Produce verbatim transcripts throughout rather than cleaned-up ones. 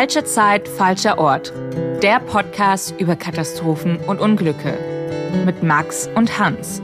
Falsche Zeit, falscher Ort. Der Podcast über Katastrophen und Unglücke. Mit Max und Hans.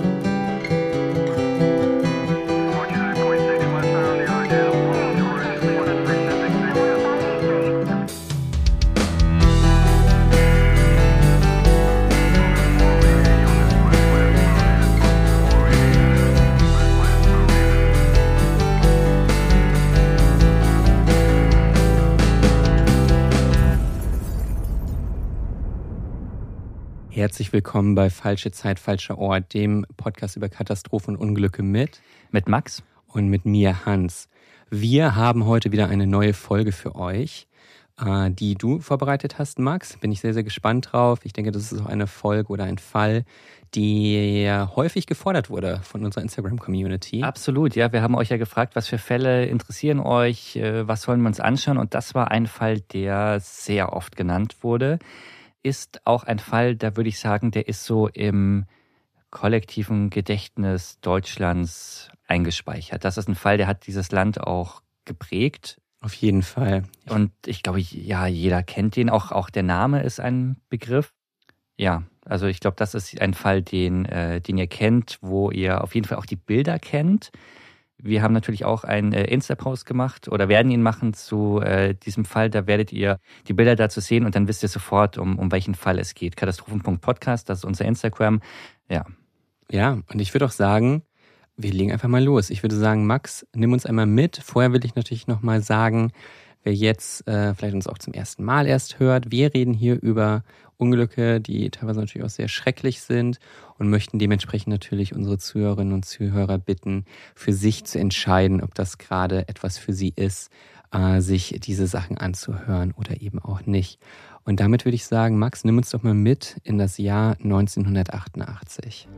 Herzlich willkommen bei Falsche Zeit, falscher Ort, dem Podcast über Katastrophen und Unglücke mit mit Max und mit mir, Hans. Wir haben heute wieder eine neue Folge für euch, äh, die du vorbereitet hast, Max. Bin ich sehr, sehr gespannt drauf. Ich denke, das ist auch eine Folge oder ein Fall, die häufig gefordert wurde von unserer Instagram-Community. Absolut, ja. Wir haben euch ja gefragt, was für Fälle interessieren euch, äh, was sollen wir uns anschauen? Und das war ein Fall, der sehr oft genannt wurde. Ist auch ein Fall, da würde ich sagen, der ist so im kollektiven Gedächtnis Deutschlands eingespeichert. Das ist ein Fall, der hat dieses Land auch geprägt. Auf jeden Fall. Und ich glaube, ja, jeder kennt den. Auch, auch der Name ist ein Begriff. Ja, also ich glaube, das ist ein Fall, den, äh, den ihr kennt, wo ihr auf jeden Fall auch die Bilder kennt. Wir haben natürlich auch einen äh, Insta-Post gemacht oder werden ihn machen zu äh, diesem Fall. Da werdet ihr die Bilder dazu sehen und dann wisst ihr sofort, um, um welchen Fall es geht. Katastrophen Punkt Podcast, das ist unser Instagram. Ja. Ja, und ich würde auch sagen, wir legen einfach mal los. Ich würde sagen, Max, nimm uns einmal mit. Vorher will ich natürlich nochmal sagen, wer jetzt äh, vielleicht uns auch zum ersten Mal erst hört, wir reden hier über Unglücke, die teilweise natürlich auch sehr schrecklich sind und möchten dementsprechend natürlich unsere Zuhörerinnen und Zuhörer bitten, für sich zu entscheiden, ob das gerade etwas für sie ist, äh, sich diese Sachen anzuhören oder eben auch nicht. Und damit würde ich sagen, Max, nimm uns doch mal mit in das Jahr neunzehnhundertachtundachtzig.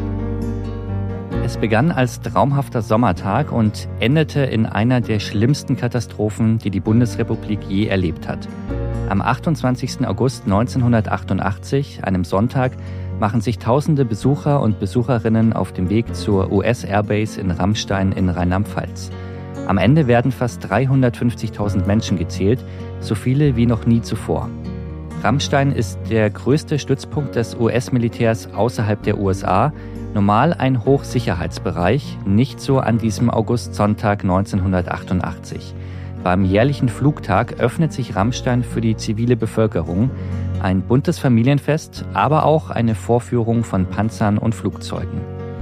Es begann als traumhafter Sommertag und endete in einer der schlimmsten Katastrophen, die die Bundesrepublik je erlebt hat. Am achtundzwanzigsten August neunzehnhundertachtundachtzig, einem Sonntag, machen sich tausende Besucher und Besucherinnen auf dem Weg zur U S-Airbase in Ramstein in Rheinland-Pfalz. Am Ende werden fast dreihundertfünfzigtausend Menschen gezählt, so viele wie noch nie zuvor. Ramstein ist der größte Stützpunkt des U S-Militärs außerhalb der U S A, normal ein Hochsicherheitsbereich, nicht so an diesem Augustsonntag neunzehnhundertachtundachtzig. Beim jährlichen Flugtag öffnet sich Ramstein für die zivile Bevölkerung. Ein buntes Familienfest, aber auch eine Vorführung von Panzern und Flugzeugen.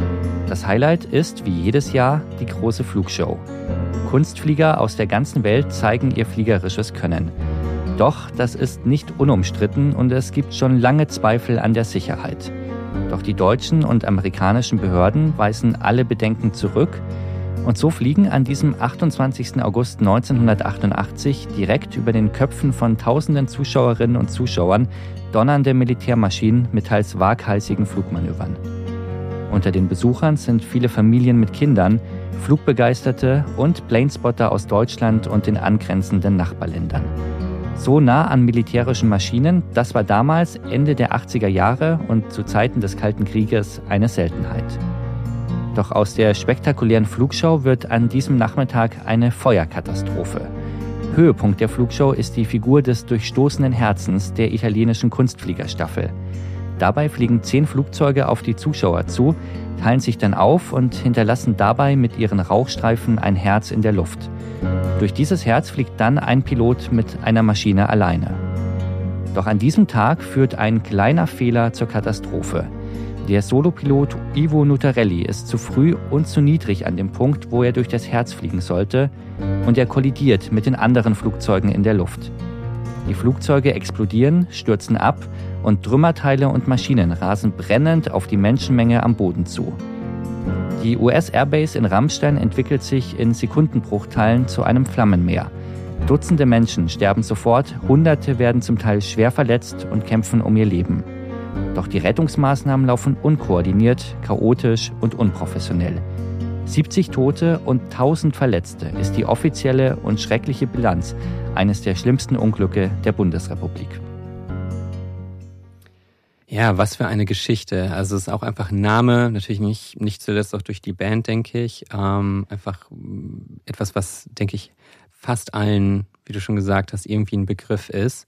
Das Highlight ist, wie jedes Jahr, die große Flugshow. Kunstflieger aus der ganzen Welt zeigen ihr fliegerisches Können. Doch das ist nicht unumstritten und es gibt schon lange Zweifel an der Sicherheit. Doch die deutschen und amerikanischen Behörden weisen alle Bedenken zurück. Und so fliegen an diesem achtundzwanzigsten August neunzehnhundertachtundachtzig direkt über den Köpfen von tausenden Zuschauerinnen und Zuschauern donnernde Militärmaschinen mit teils waghalsigen Flugmanövern. Unter den Besuchern sind viele Familien mit Kindern, Flugbegeisterte und Planespotter aus Deutschland und den angrenzenden Nachbarländern. So nah an militärischen Maschinen, das war damals Ende der achtziger Jahre und zu Zeiten des Kalten Krieges eine Seltenheit. Doch aus der spektakulären Flugshow wird an diesem Nachmittag eine Feuerkatastrophe. Höhepunkt der Flugshow ist die Figur des durchstoßenen Herzens der italienischen Kunstfliegerstaffel. Dabei fliegen zehn Flugzeuge auf die Zuschauer zu, teilen sich dann auf und hinterlassen dabei mit ihren Rauchstreifen ein Herz in der Luft. Durch dieses Herz fliegt dann ein Pilot mit einer Maschine alleine. Doch an diesem Tag führt ein kleiner Fehler zur Katastrophe. Der Solopilot Ivo Nutarelli ist zu früh und zu niedrig an dem Punkt, wo er durch das Herz fliegen sollte, und er kollidiert mit den anderen Flugzeugen in der Luft. Die Flugzeuge explodieren, stürzen ab und Trümmerteile und Maschinen rasen brennend auf die Menschenmenge am Boden zu. Die U S-Airbase in Ramstein entwickelt sich in Sekundenbruchteilen zu einem Flammenmeer. Dutzende Menschen sterben sofort, Hunderte werden zum Teil schwer verletzt und kämpfen um ihr Leben. Doch die Rettungsmaßnahmen laufen unkoordiniert, chaotisch und unprofessionell. siebzig Tote und tausend Verletzte ist die offizielle und schreckliche Bilanz eines der schlimmsten Unglücke der Bundesrepublik. Ja, was für eine Geschichte. Also es ist auch einfach ein Name, natürlich nicht, nicht zuletzt auch durch die Band, denke ich. Ähm, einfach etwas, was, denke ich, fast allen wie du schon gesagt hast, irgendwie ein Begriff ist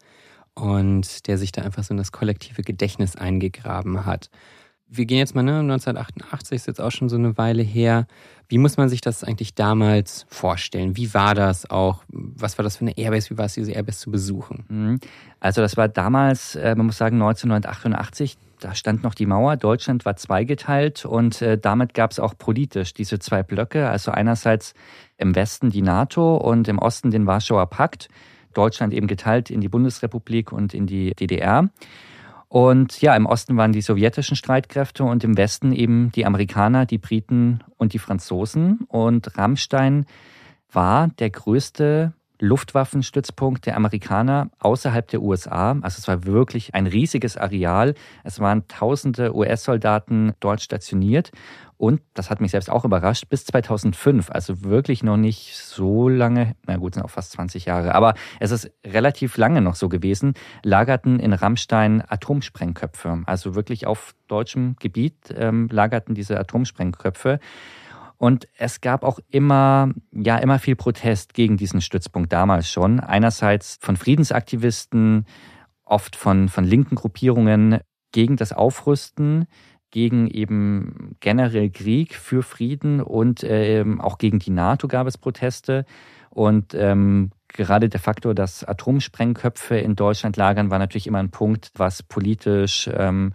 und der sich da einfach so in das kollektive Gedächtnis eingegraben hat. Wir gehen jetzt mal, ne, neunzehnhundertachtundachtzig ist jetzt auch schon so eine Weile her. Wie muss man sich das eigentlich damals vorstellen? Wie war das auch? Was war das für eine Airbase? Wie war es, diese Airbase zu besuchen? Also das war damals, man muss sagen, neunzehnhundertachtundachtzig, da stand noch die Mauer. Deutschland war zweigeteilt und äh, damit gab es auch politisch diese zwei Blöcke. Also einerseits im Westen die NATO und im Osten den Warschauer Pakt. Deutschland eben geteilt in die Bundesrepublik und in die D D R. Und ja, im Osten waren die sowjetischen Streitkräfte und im Westen eben die Amerikaner, die Briten und die Franzosen. Und Ramstein war der größte Luftwaffenstützpunkt der Amerikaner außerhalb der U S A. Also es war wirklich ein riesiges Areal. Es waren tausende U S-Soldaten dort stationiert. Und, das hat mich selbst auch überrascht, bis zweitausendfünf, also wirklich noch nicht so lange, na gut, sind auch fast zwanzig Jahre, aber es ist relativ lange noch so gewesen, lagerten in Ramstein Atomsprengköpfe. Also wirklich auf deutschem Gebiet ähm, lagerten diese Atomsprengköpfe. Und es gab auch immer, ja, immer viel Protest gegen diesen Stützpunkt damals schon. Einerseits von Friedensaktivisten, oft von, von linken Gruppierungen gegen das Aufrüsten, gegen eben generell Krieg für Frieden und ähm, auch gegen die NATO gab es Proteste. Und ähm, gerade der Faktor, dass Atomsprengköpfe in Deutschland lagern, war natürlich immer ein Punkt, was politisch ähm,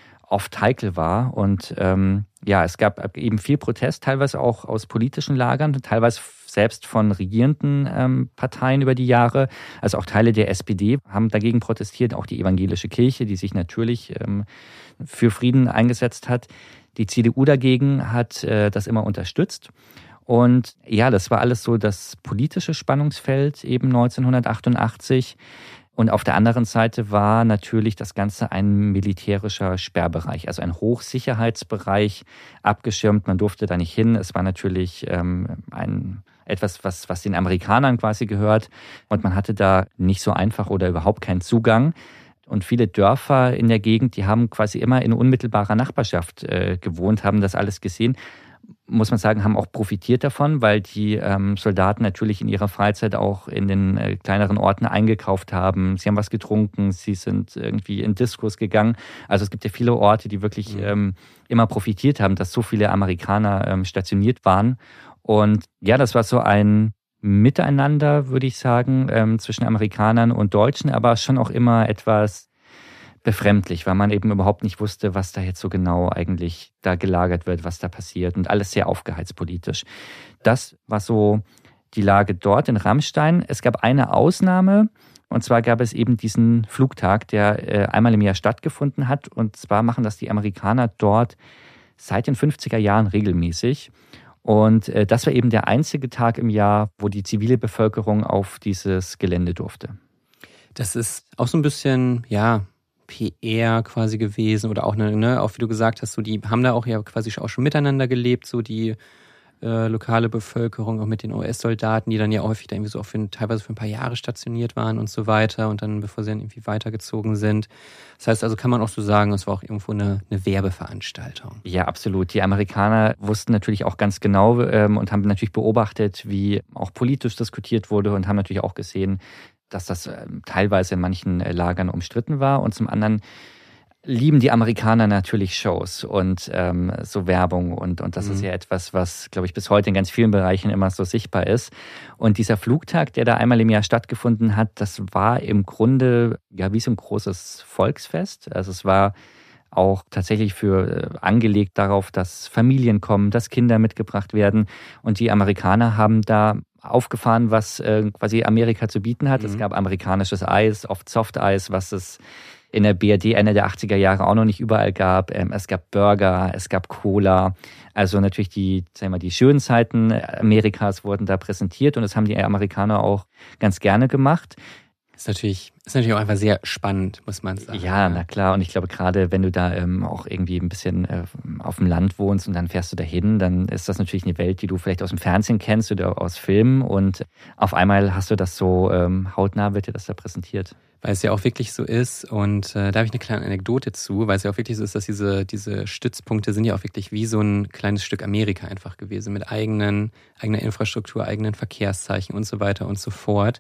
oft heikel war. Und ähm, ja, es gab eben viel Protest, teilweise auch aus politischen Lagern, teilweise selbst von regierenden ähm, Parteien über die Jahre. Also auch Teile der S P D haben dagegen protestiert, auch die evangelische Kirche, die sich natürlich ähm, für Frieden eingesetzt hat. Die C D U dagegen hat äh, das immer unterstützt. Und ja, das war alles so das politische Spannungsfeld eben neunzehnhundertachtundachtzig. Und auf der anderen Seite war natürlich das Ganze ein militärischer Sperrbereich, also ein Hochsicherheitsbereich, abgeschirmt. Man durfte da nicht hin. Es war natürlich ähm, ein etwas, was, was den Amerikanern quasi gehört. Und man hatte da nicht so einfach oder überhaupt keinen Zugang. Und viele Dörfer in der Gegend, die haben quasi immer in unmittelbarer Nachbarschaft äh, gewohnt, haben das alles gesehen. Muss man sagen, haben auch profitiert davon, weil die ähm, Soldaten natürlich in ihrer Freizeit auch in den äh, kleineren Orten eingekauft haben. Sie haben was getrunken, sie sind irgendwie in Diskos gegangen. Also es gibt ja viele Orte, die wirklich mhm. ähm, immer profitiert haben, dass so viele Amerikaner ähm, stationiert waren. Und ja, das war so ein Miteinander, würde ich sagen, ähm, zwischen Amerikanern und Deutschen, aber schon auch immer etwas befremdlich, weil man eben überhaupt nicht wusste, was da jetzt so genau eigentlich da gelagert wird, was da passiert und alles sehr aufgeheizt politisch. Das war so die Lage dort in Ramstein. Es gab eine Ausnahme und zwar gab es eben diesen Flugtag, der äh, einmal im Jahr stattgefunden hat und zwar machen das die Amerikaner dort seit den fünfziger Jahren regelmäßig. Und äh, das war eben der einzige Tag im Jahr, wo die zivile Bevölkerung auf dieses Gelände durfte. Das ist auch so ein bisschen, ja, P R quasi gewesen oder auch, eine, ne, auch wie du gesagt hast, so die haben da auch ja quasi auch schon miteinander gelebt, so die äh, lokale Bevölkerung, auch mit den U S-Soldaten, die dann ja häufig da irgendwie so auch für, teilweise für ein paar Jahre stationiert waren und so weiter und dann, bevor sie dann irgendwie weitergezogen sind. Das heißt also, kann man auch so sagen, es war auch irgendwo eine, eine Werbeveranstaltung. Ja, absolut. Die Amerikaner wussten natürlich auch ganz genau ähm, und haben natürlich beobachtet, wie auch politisch diskutiert wurde und haben natürlich auch gesehen, dass das äh, teilweise in manchen äh, Lagern umstritten war. Und zum anderen lieben die Amerikaner natürlich Shows und ähm, so Werbung. Und, und das mhm. ist ja etwas, was, glaube ich, bis heute in ganz vielen Bereichen immer so sichtbar ist. Und dieser Flugtag, der da einmal im Jahr stattgefunden hat, das war im Grunde ja wie so ein großes Volksfest. Also es war auch tatsächlich für äh, angelegt darauf, dass Familien kommen, dass Kinder mitgebracht werden. Und die Amerikaner haben da aufgefahren, was äh, quasi Amerika zu bieten hat. Mhm. Es gab amerikanisches Eis, oft Softeis, was es in der B R D Ende der achtziger Jahre auch noch nicht überall gab. Ähm, es gab Burger, es gab Cola. Also natürlich die, sagen wir mal, die schönen Zeiten Amerikas wurden da präsentiert und das haben die Amerikaner auch ganz gerne gemacht. Ist natürlich, ist natürlich auch einfach sehr spannend, muss man sagen. Ja, na klar. Und ich glaube, gerade wenn du da ähm, auch irgendwie ein bisschen äh, auf dem Land wohnst und dann fährst du dahin, dann ist das natürlich eine Welt, die du vielleicht aus dem Fernsehen kennst oder aus Filmen. Und auf einmal hast du das so, ähm, hautnah wird dir das da präsentiert. Weil es ja auch wirklich so ist und äh, da habe ich eine kleine Anekdote zu, weil es ja auch wirklich so ist, dass diese, diese Stützpunkte sind ja auch wirklich wie so ein kleines Stück Amerika einfach gewesen, mit eigenen, eigener Infrastruktur, eigenen Verkehrszeichen und so weiter und so fort.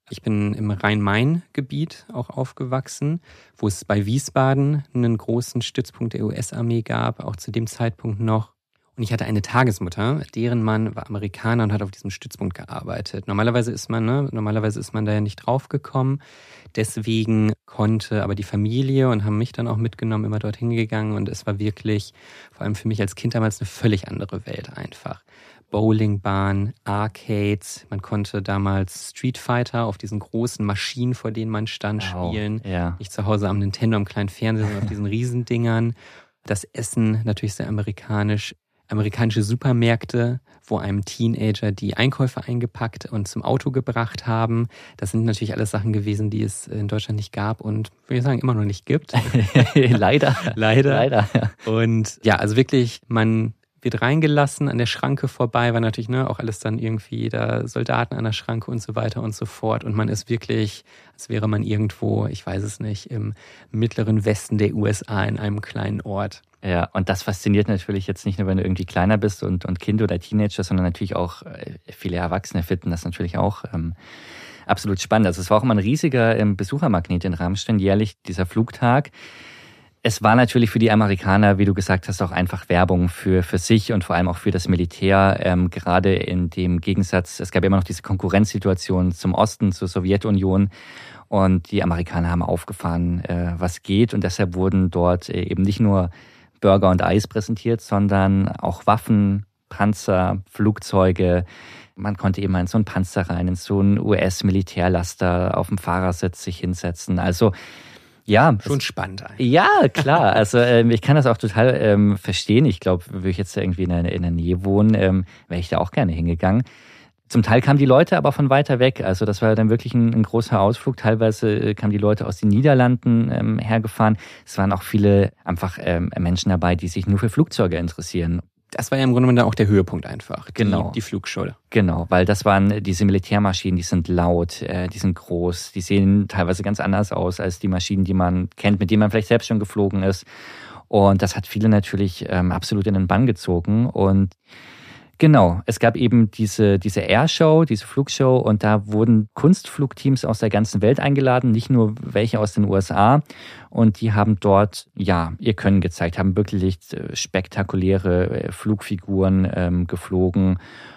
Ich bin im Rhein-Main-Gebiet auch aufgewachsen, wo es bei Wiesbaden einen großen Stützpunkt der U S-Armee gab, auch zu dem Zeitpunkt noch. Und ich hatte eine Tagesmutter, deren Mann war Amerikaner und hat auf diesem Stützpunkt gearbeitet. Normalerweise ist man, ne, normalerweise ist man da ja nicht drauf gekommen. Deswegen konnte aber die Familie und haben mich dann auch mitgenommen, immer dorthin gegangen. Und es war wirklich, vor allem für mich als Kind damals, eine völlig andere Welt einfach. Bowlingbahn, Arcades, man konnte damals Street Fighter auf diesen großen Maschinen, vor denen man stand, wow. spielen. Ja. Nicht zu Hause am Nintendo, am kleinen Fernseher, sondern auf diesen Riesendingern. Das Essen natürlich sehr amerikanisch. Amerikanische Supermärkte, wo einem Teenager die Einkäufe eingepackt und zum Auto gebracht haben. Das sind natürlich alles Sachen gewesen, die es in Deutschland nicht gab und, würde ich sagen, immer noch nicht gibt. Leider. Leider. Leider, ja. Und ja, also wirklich, man wird reingelassen, an der Schranke vorbei, war natürlich ne, auch alles dann irgendwie da Soldaten an der Schranke und so weiter und so fort. Und man ist wirklich, als wäre man irgendwo, ich weiß es nicht, im mittleren Westen der U S A in einem kleinen Ort. Ja, und das fasziniert natürlich jetzt nicht nur, wenn du irgendwie kleiner bist und, und Kind oder Teenager, sondern natürlich auch viele Erwachsene finden das natürlich auch ähm, absolut spannend. Also es war auch immer ein riesiger ähm, Besuchermagnet in Ramstein, jährlich dieser Flugtag. Es war natürlich für die Amerikaner, wie du gesagt hast, auch einfach Werbung für, für sich und vor allem auch für das Militär. Ähm, gerade in dem Gegensatz, es gab immer noch diese Konkurrenzsituation zum Osten, zur Sowjetunion. Und die Amerikaner haben aufgefahren, äh, was geht. Und deshalb wurden dort äh, eben nicht nur Burger und Eis präsentiert, sondern auch Waffen, Panzer, Flugzeuge. Man konnte eben in so einen Panzer rein, in so einen U S-Militärlaster auf dem Fahrersitz sich hinsetzen. Also ja. Schon es, spannend eigentlich. Ja, klar. Also ähm, ich kann das auch total ähm, verstehen. Ich glaube, würde ich jetzt irgendwie in der, in der Nähe wohnen, ähm, wäre ich da auch gerne hingegangen. Zum Teil kamen die Leute aber von weiter weg. Also das war dann wirklich ein, ein großer Ausflug. Teilweise kamen die Leute aus den Niederlanden ähm, hergefahren. Es waren auch viele einfach ähm, Menschen dabei, die sich nur für Flugzeuge interessieren. Das war ja im Grunde genommen auch der Höhepunkt einfach, die, genau. die Flugshow. Genau, weil das waren diese Militärmaschinen, die sind laut, äh, die sind groß, die sehen teilweise ganz anders aus als die Maschinen, die man kennt, mit denen man vielleicht selbst schon geflogen ist. Und das hat viele natürlich ähm, absolut in den Bann gezogen. Und genau, es gab eben diese, diese Airshow, diese Flugshow und da wurden Kunstflugteams aus der ganzen Welt eingeladen, nicht nur welche aus den U S A. Und die haben dort, ja, ihr Können gezeigt, haben wirklich spektakuläre Flugfiguren ähm, geflogen.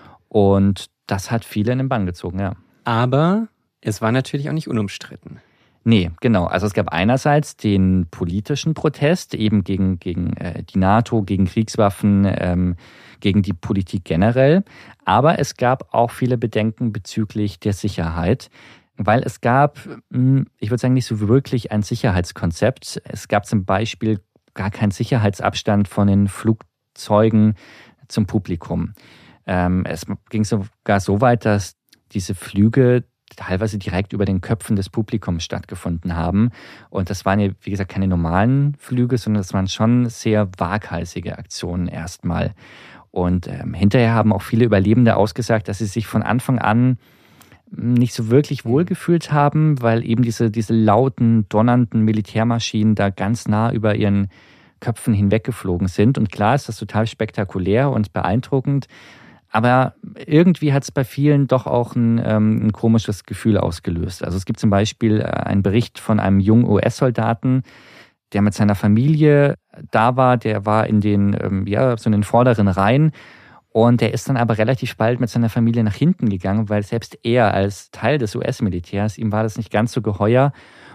Und das hat viele in den Bann gezogen, ja. Aber es war natürlich auch nicht unumstritten. Nee, genau. Also es gab einerseits den politischen Protest eben gegen, gegen äh, die NATO, gegen Kriegswaffen, ähm, gegen die Politik generell. Aber es gab auch viele Bedenken bezüglich der Sicherheit, weil es gab, ich würde sagen, nicht so wirklich ein Sicherheitskonzept. Es gab zum Beispiel gar keinen Sicherheitsabstand von den Flugzeugen zum Publikum. Ähm, es ging sogar so weit, dass diese Flüge teilweise direkt über den Köpfen des Publikums stattgefunden haben. Und das waren ja, wie gesagt, keine normalen Flüge, sondern das waren schon sehr waghalsige Aktionen erstmal. Und ähm, hinterher haben auch viele Überlebende ausgesagt, dass sie sich von Anfang an nicht so wirklich wohlgefühlt haben, weil eben diese, diese lauten, donnernden Militärmaschinen da ganz nah über ihren Köpfen hinweggeflogen sind. Und klar ist das total spektakulär und beeindruckend, aber irgendwie hat es bei vielen doch auch ein, ähm, ein komisches Gefühl ausgelöst. Also es gibt zum Beispiel einen Bericht von einem jungen U S-Soldaten, der mit seiner Familie da war. Der war in den, ähm, ja, so in den vorderen Reihen. Und der ist dann aber relativ bald mit seiner Familie nach hinten gegangen, weil selbst er als Teil des U S-Militärs, ihm war das nicht ganz so geheuer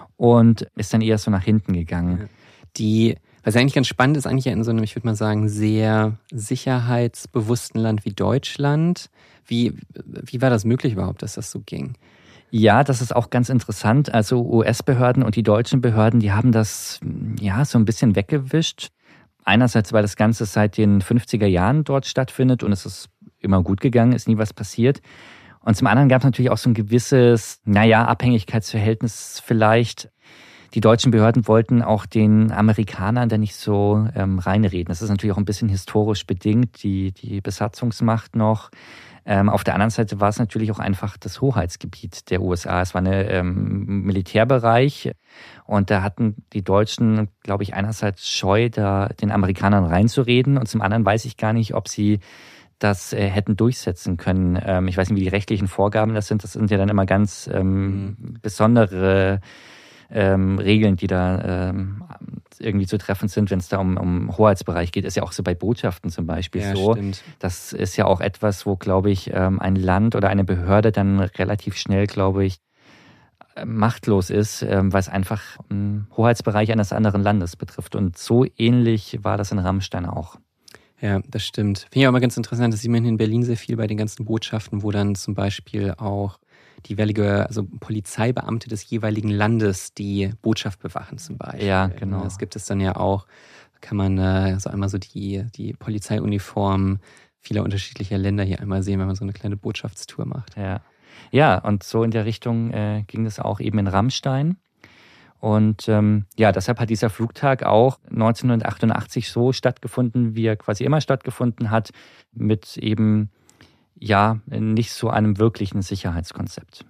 und ist dann eher so nach hinten gegangen. Die Was eigentlich ganz spannend ist, eigentlich in so einem, ich würde mal sagen, sehr sicherheitsbewussten Land wie Deutschland. Wie, wie war das möglich überhaupt, dass das so ging? Ja, das ist auch ganz interessant. Also U S-Behörden und die deutschen Behörden, die haben das ja so ein bisschen weggewischt. Einerseits, weil das Ganze seit den fünfziger Jahren dort stattfindet und es ist immer gut gegangen, ist nie was passiert. Und zum anderen gab es natürlich auch so ein gewisses, naja, Abhängigkeitsverhältnis vielleicht. Die deutschen Behörden wollten auch den Amerikanern da nicht so ähm, reinreden. Das ist natürlich auch ein bisschen historisch bedingt, die, die Besatzungsmacht noch. Ähm, auf der anderen Seite war es natürlich auch einfach das Hoheitsgebiet der U S A. Es war ein ähm, Militärbereich und da hatten die Deutschen, glaube ich, einerseits Scheu, da den Amerikanern reinzureden und zum anderen weiß ich gar nicht, ob sie das äh, hätten durchsetzen können. Ähm, ich weiß nicht, wie die rechtlichen Vorgaben das sind. Das sind ja dann immer ganz ähm, mhm. besondere ähm, Regeln, die da ähm, irgendwie zu treffen sind, wenn es da um, um Hoheitsbereich geht. Ist ja auch so bei Botschaften zum Beispiel ja, so. Stimmt. Das ist ja auch etwas, wo, glaube ich, ähm, ein Land oder eine Behörde dann relativ schnell, glaube ich, machtlos ist, ähm, weil es einfach einen Hoheitsbereich eines anderen Landes betrifft. Und so ähnlich war das in Rammstein auch. Ja, das stimmt. Finde ich auch mal ganz interessant, das sieht man hier in Berlin sehr viel bei den ganzen Botschaften, wo dann zum Beispiel auch die jeweilige, also Polizeibeamte des jeweiligen Landes die Botschaft bewachen zum Beispiel. Ja, genau. Das gibt es dann ja auch, kann man äh, so einmal so die, die Polizeiuniform vieler unterschiedlicher Länder hier einmal sehen, wenn man so eine kleine Botschaftstour macht. Ja, ja und so in der Richtung äh, ging es auch eben in Rammstein. Und ähm, ja, deshalb hat dieser Flugtag auch neunzehnhundertachtundachtzig so stattgefunden, wie er quasi immer stattgefunden hat, mit eben ja nicht so einem wirklichen Sicherheitskonzept.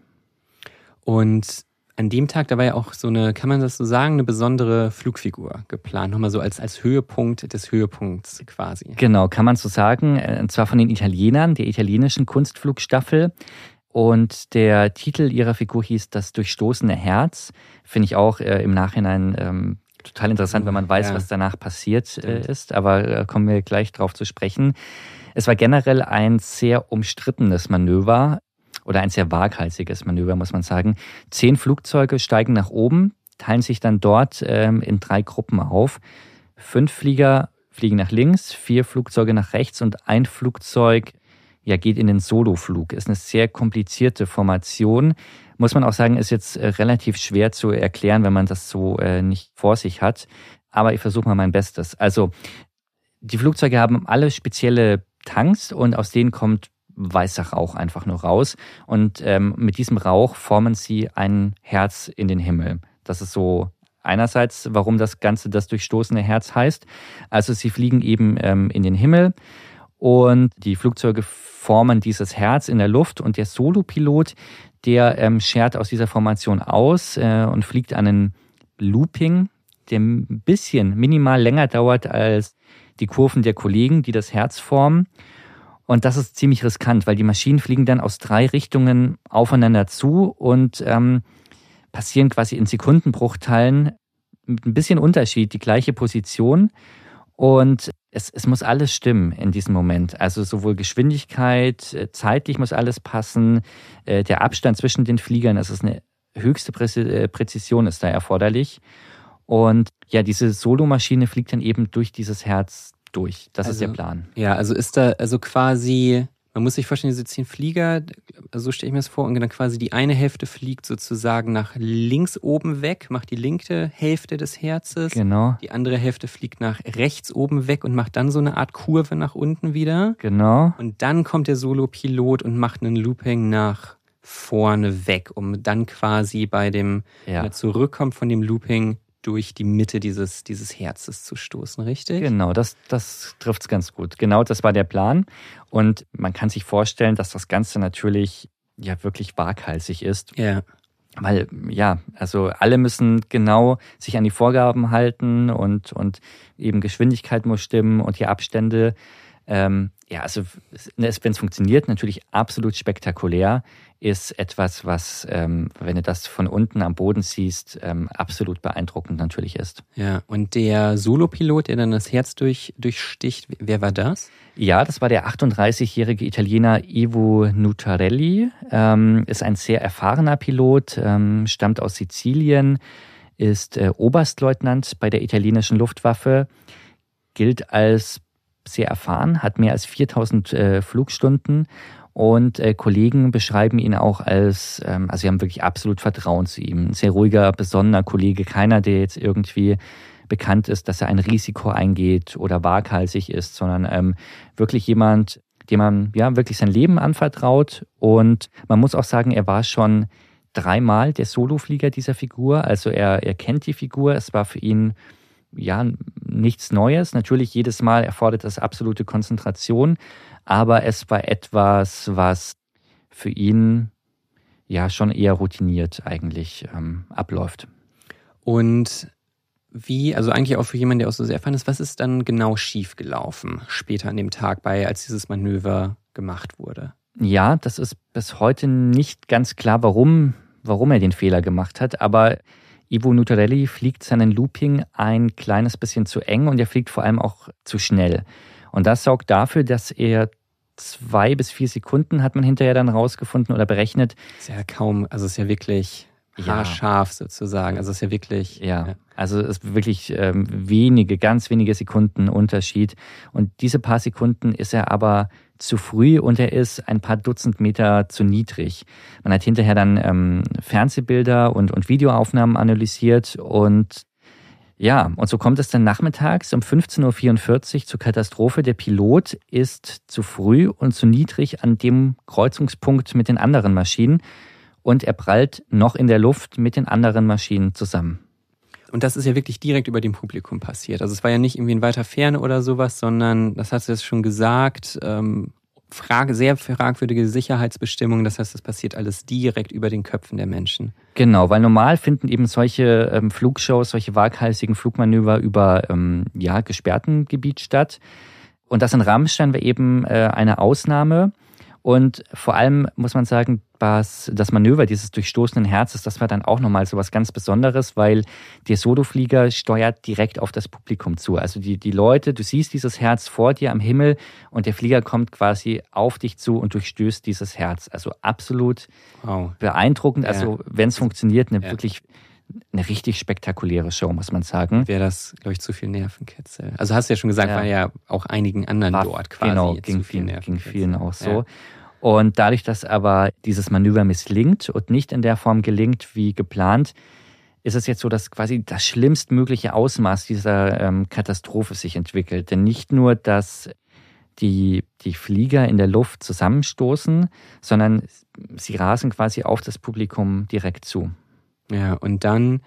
Und an dem Tag, da war ja auch so eine, kann man das so sagen, eine besondere Flugfigur geplant, nochmal so als, als Höhepunkt des Höhepunkts quasi. Genau, kann man so sagen, und zwar von den Italienern, der italienischen Kunstflugstaffel. Und der Titel ihrer Figur hieß Das durchstoßene Herz. Finde ich auch äh, im Nachhinein ähm, total interessant, wenn man weiß, ja. was danach passiert äh, ist. Aber äh, kommen wir gleich drauf zu sprechen. Es war generell ein sehr umstrittenes Manöver oder ein sehr waghalsiges Manöver, muss man sagen. Zehn Flugzeuge steigen nach oben, teilen sich dann dort ähm, in drei Gruppen auf. Fünf Flieger fliegen nach links, vier Flugzeuge nach rechts und ein Flugzeug ja, geht in den Soloflug. Ist eine sehr komplizierte Formation. Muss man auch sagen, ist jetzt äh, relativ schwer zu erklären, wenn man das so äh, nicht vor sich hat. Aber ich versuche mal mein Bestes. Also die Flugzeuge haben alle spezielle Tanks und aus denen kommt weißer Rauch einfach nur raus. Und ähm, mit diesem Rauch formen sie ein Herz in den Himmel. Das ist so einerseits, warum das Ganze das durchstoßene Herz heißt. Also sie fliegen eben ähm, in den Himmel und die Flugzeuge formen dieses Herz in der Luft und der Solopilot, der ähm, schert aus dieser Formation aus äh, und fliegt einen Looping, der ein bisschen minimal länger dauert als die Kurven der Kollegen, die das Herz formen. Und das ist ziemlich riskant, weil die Maschinen fliegen dann aus drei Richtungen aufeinander zu und ähm, passieren quasi in Sekundenbruchteilen mit ein bisschen Unterschied die gleiche Position. Und es, es muss alles stimmen in diesem Moment. Also sowohl Geschwindigkeit, zeitlich muss alles passen, der Abstand zwischen den Fliegern, das ist eine höchste Präzision ist da erforderlich. Und ja, diese Solomaschine fliegt dann eben durch dieses Herz durch. Das also, ist der Plan. Ja, also ist da also quasi, man muss sich vorstellen, diese zehn Flieger, so stelle ich mir das vor, und dann quasi die eine Hälfte fliegt sozusagen nach links oben weg, macht die linke Hälfte des Herzes. Genau. Die andere Hälfte fliegt nach rechts oben weg und macht dann so eine Art Kurve nach unten wieder. Genau. Und dann kommt der Solopilot und macht einen Looping nach vorne weg, um dann quasi bei dem, ja. wenn er zurückkommt von dem Looping, durch die Mitte dieses, dieses Herzes zu stoßen, richtig? Genau, das, das trifft es ganz gut. Genau, das war der Plan. Und man kann sich vorstellen, dass das Ganze natürlich ja wirklich waghalsig ist. Ja. Weil, ja, also alle müssen genau sich an die Vorgaben halten und, und eben Geschwindigkeit muss stimmen und die Abstände. Ähm, ja, also wenn es funktioniert, natürlich absolut spektakulär, ist etwas, was, ähm, wenn du das von unten am Boden siehst, ähm, absolut beeindruckend natürlich ist. Ja, und der Solopilot, der dann das Herz durch, durchsticht, wer war das? Ja, das war der achtunddreißigjährige Italiener Ivo Nutarelli, ähm, ist ein sehr erfahrener Pilot, ähm, stammt aus Sizilien, ist äh, Oberstleutnant bei der italienischen Luftwaffe, gilt als sehr erfahren, hat mehr als viertausend äh, Flugstunden und äh, Kollegen beschreiben ihn auch als, ähm, also sie haben wirklich absolut Vertrauen zu ihm. Ein sehr ruhiger, besonnener Kollege, keiner, der jetzt irgendwie bekannt ist, dass er ein Risiko eingeht oder waghalsig ist, sondern ähm, wirklich jemand, dem man ja wirklich sein Leben anvertraut. Und man muss auch sagen, er war schon dreimal der Soloflieger dieser Figur, also er, er kennt die Figur, es war für ihn ja, nichts Neues. Natürlich jedes Mal erfordert das absolute Konzentration, aber es war etwas, was für ihn ja schon eher routiniert eigentlich ähm, abläuft. Und Wie, also eigentlich auch für jemanden, der auch so sehr erfahren ist, was ist dann genau schiefgelaufen später an dem Tag bei, als dieses Manöver gemacht wurde? Ja, das ist bis heute nicht ganz klar, warum, warum er den Fehler gemacht hat. Aber Ivo Nutarelli fliegt seinen Looping ein kleines bisschen zu eng und er fliegt vor allem auch zu schnell. Und das sorgt dafür, dass er zwei bis vier Sekunden, hat man hinterher dann rausgefunden oder berechnet. Ist ja kaum, also ist ja wirklich haarscharf sozusagen. Also ist ja wirklich... Ja, ja. Also es ist wirklich ähm, wenige, ganz wenige Sekunden Unterschied. Und diese paar Sekunden ist er aber zu früh und er ist ein paar Dutzend Meter zu niedrig. Man hat hinterher dann ähm, Fernsehbilder und, und Videoaufnahmen analysiert und ja, und so kommt es dann nachmittags um fünfzehn Uhr vierundvierzig zur Katastrophe. Der Pilot ist zu früh und zu niedrig an dem Kreuzungspunkt mit den anderen Maschinen und er prallt noch in der Luft mit den anderen Maschinen zusammen. Und das ist ja wirklich direkt über dem Publikum passiert. Also es war ja nicht irgendwie in weiter Ferne oder sowas, sondern, das hast du jetzt schon gesagt, ähm, Frage, sehr fragwürdige Sicherheitsbestimmungen. Das heißt, das passiert alles direkt über den Köpfen der Menschen. Genau, weil normal finden eben solche ähm, Flugshows, solche waghalsigen Flugmanöver über ähm, ja, gesperrten Gebiet statt. Und das in Rammstein war eben äh, eine Ausnahme. Und vor allem muss man sagen, was das Manöver dieses durchstoßenen Herzes, das war dann auch nochmal so was ganz Besonderes, weil der Soloflieger steuert direkt auf das Publikum zu. Also die, die Leute, du siehst dieses Herz vor dir am Himmel und der Flieger kommt quasi auf dich zu und durchstößt dieses Herz. Also absolut wow. beeindruckend. Ja. Also wenn es funktioniert, eine ja. wirklich eine richtig spektakuläre Show, muss man sagen. Wäre das, glaube ich, zu viel Nervenkitzel. Also hast du ja schon gesagt, ja. war ja auch einigen anderen war, dort quasi. Genau, ging, vielen, ging vielen auch so. Ja. Und dadurch, dass aber dieses Manöver misslingt und nicht in der Form gelingt wie geplant, ist es jetzt so, dass quasi das schlimmstmögliche Ausmaß dieser ähm, Katastrophe sich entwickelt. Denn nicht nur, dass die, die Flieger in der Luft zusammenstoßen, sondern sie rasen quasi auf das Publikum direkt zu. Ja, und dann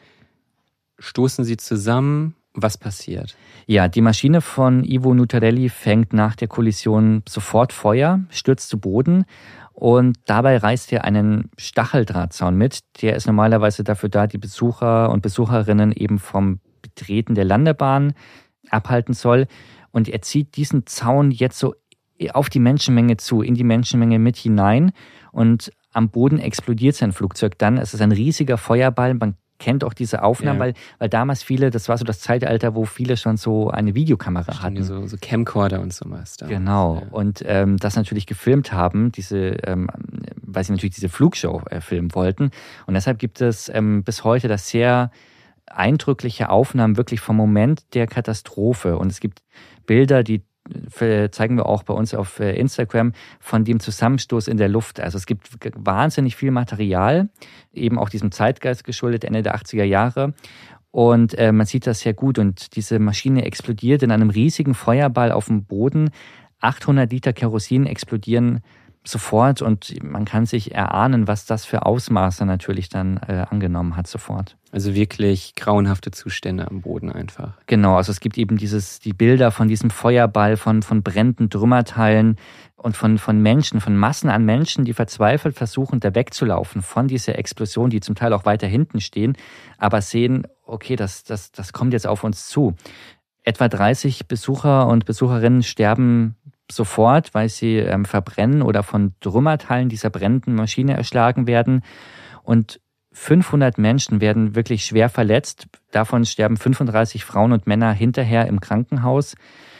stoßen sie zusammen. Was passiert? Ja, die Maschine von Ivo Nutarelli fängt nach der Kollision sofort Feuer, stürzt zu Boden und dabei reißt er einen Stacheldrahtzaun mit. Der ist normalerweise dafür da, die Besucher und Besucherinnen eben vom Betreten der Landebahn abhalten soll. Und er zieht diesen Zaun jetzt so auf die Menschenmenge zu, in die Menschenmenge mit hinein und am Boden explodiert sein Flugzeug dann. Es ist ein riesiger Feuerball, man kennt auch diese Aufnahmen, ja. weil, weil damals viele, das war so das Zeitalter, wo viele schon so eine Videokamera Stimmt, hatten. So, so Camcorder und sowas. Genau. Ja. Und ähm, das natürlich gefilmt haben, diese, ähm, weil sie natürlich diese Flugshow äh, filmen wollten. Und deshalb gibt es ähm, bis heute das sehr eindrückliche Aufnahmen wirklich vom Moment der Katastrophe. Und es gibt Bilder, die zeigen wir auch bei uns auf Instagram, von dem Zusammenstoß in der Luft. Also es gibt wahnsinnig viel Material, eben auch diesem Zeitgeist geschuldet, Ende der achtziger Jahre. Und äh, man sieht das sehr gut. Und diese Maschine explodiert in einem riesigen Feuerball auf dem Boden. achthundert Liter Kerosin explodieren sofort und man kann sich erahnen, was das für Ausmaße natürlich dann äh, angenommen hat sofort. Also wirklich grauenhafte Zustände am Boden einfach. Genau, also es gibt eben dieses, die Bilder von diesem Feuerball, von, von brennenden Trümmerteilen und von, von Menschen, von Massen an Menschen, die verzweifelt versuchen, da wegzulaufen von dieser Explosion, die zum Teil auch weiter hinten stehen, aber sehen, okay, das, das, das kommt jetzt auf uns zu. Etwa dreißig Besucher und Besucherinnen sterben sofort, weil sie ähm, verbrennen oder von Trümmerteilen dieser brennenden Maschine erschlagen werden. Und fünfhundert Menschen werden wirklich schwer verletzt. Davon sterben fünfunddreißig Frauen und Männer hinterher im Krankenhaus.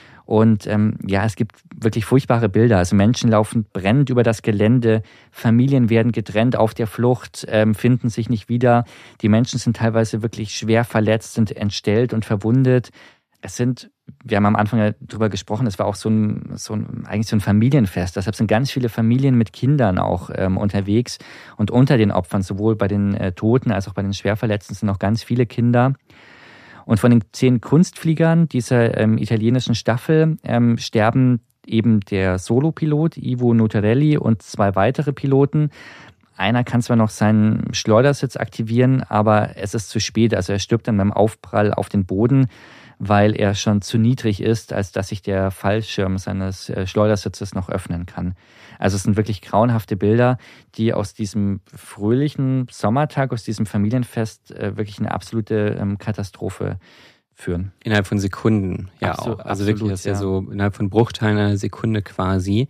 Und ähm, ja, es gibt wirklich furchtbare Bilder. Also Menschen laufen brennend über das Gelände, Familien werden getrennt auf der Flucht, ähm, finden sich nicht wieder. Die Menschen sind teilweise wirklich schwer verletzt, sind entstellt und verwundet. Es sind, wir haben am Anfang ja drüber gesprochen, es war auch so ein, so ein, eigentlich so ein Familienfest. Deshalb sind ganz viele Familien mit Kindern auch ähm, unterwegs. Und unter den Opfern, sowohl bei den äh, Toten als auch bei den Schwerverletzten, sind auch ganz viele Kinder. Und von den zehn Kunstfliegern dieser ähm, italienischen Staffel ähm, sterben eben der Solopilot Ivo Nutarelli und zwei weitere Piloten. Einer kann zwar noch seinen Schleudersitz aktivieren, aber es ist zu spät. Also er stirbt dann beim Aufprall auf den Boden, weil er schon zu niedrig ist, als dass sich der Fallschirm seines äh, Schleudersitzes noch öffnen kann. Also es sind wirklich grauenhafte Bilder, die aus diesem fröhlichen Sommertag, aus diesem Familienfest äh, wirklich eine absolute ähm, Katastrophe führen. Innerhalb von Sekunden, ja Absolut, auch. Also absolut, wirklich, das ist ja. ja so innerhalb von Bruchteilen einer Sekunde quasi.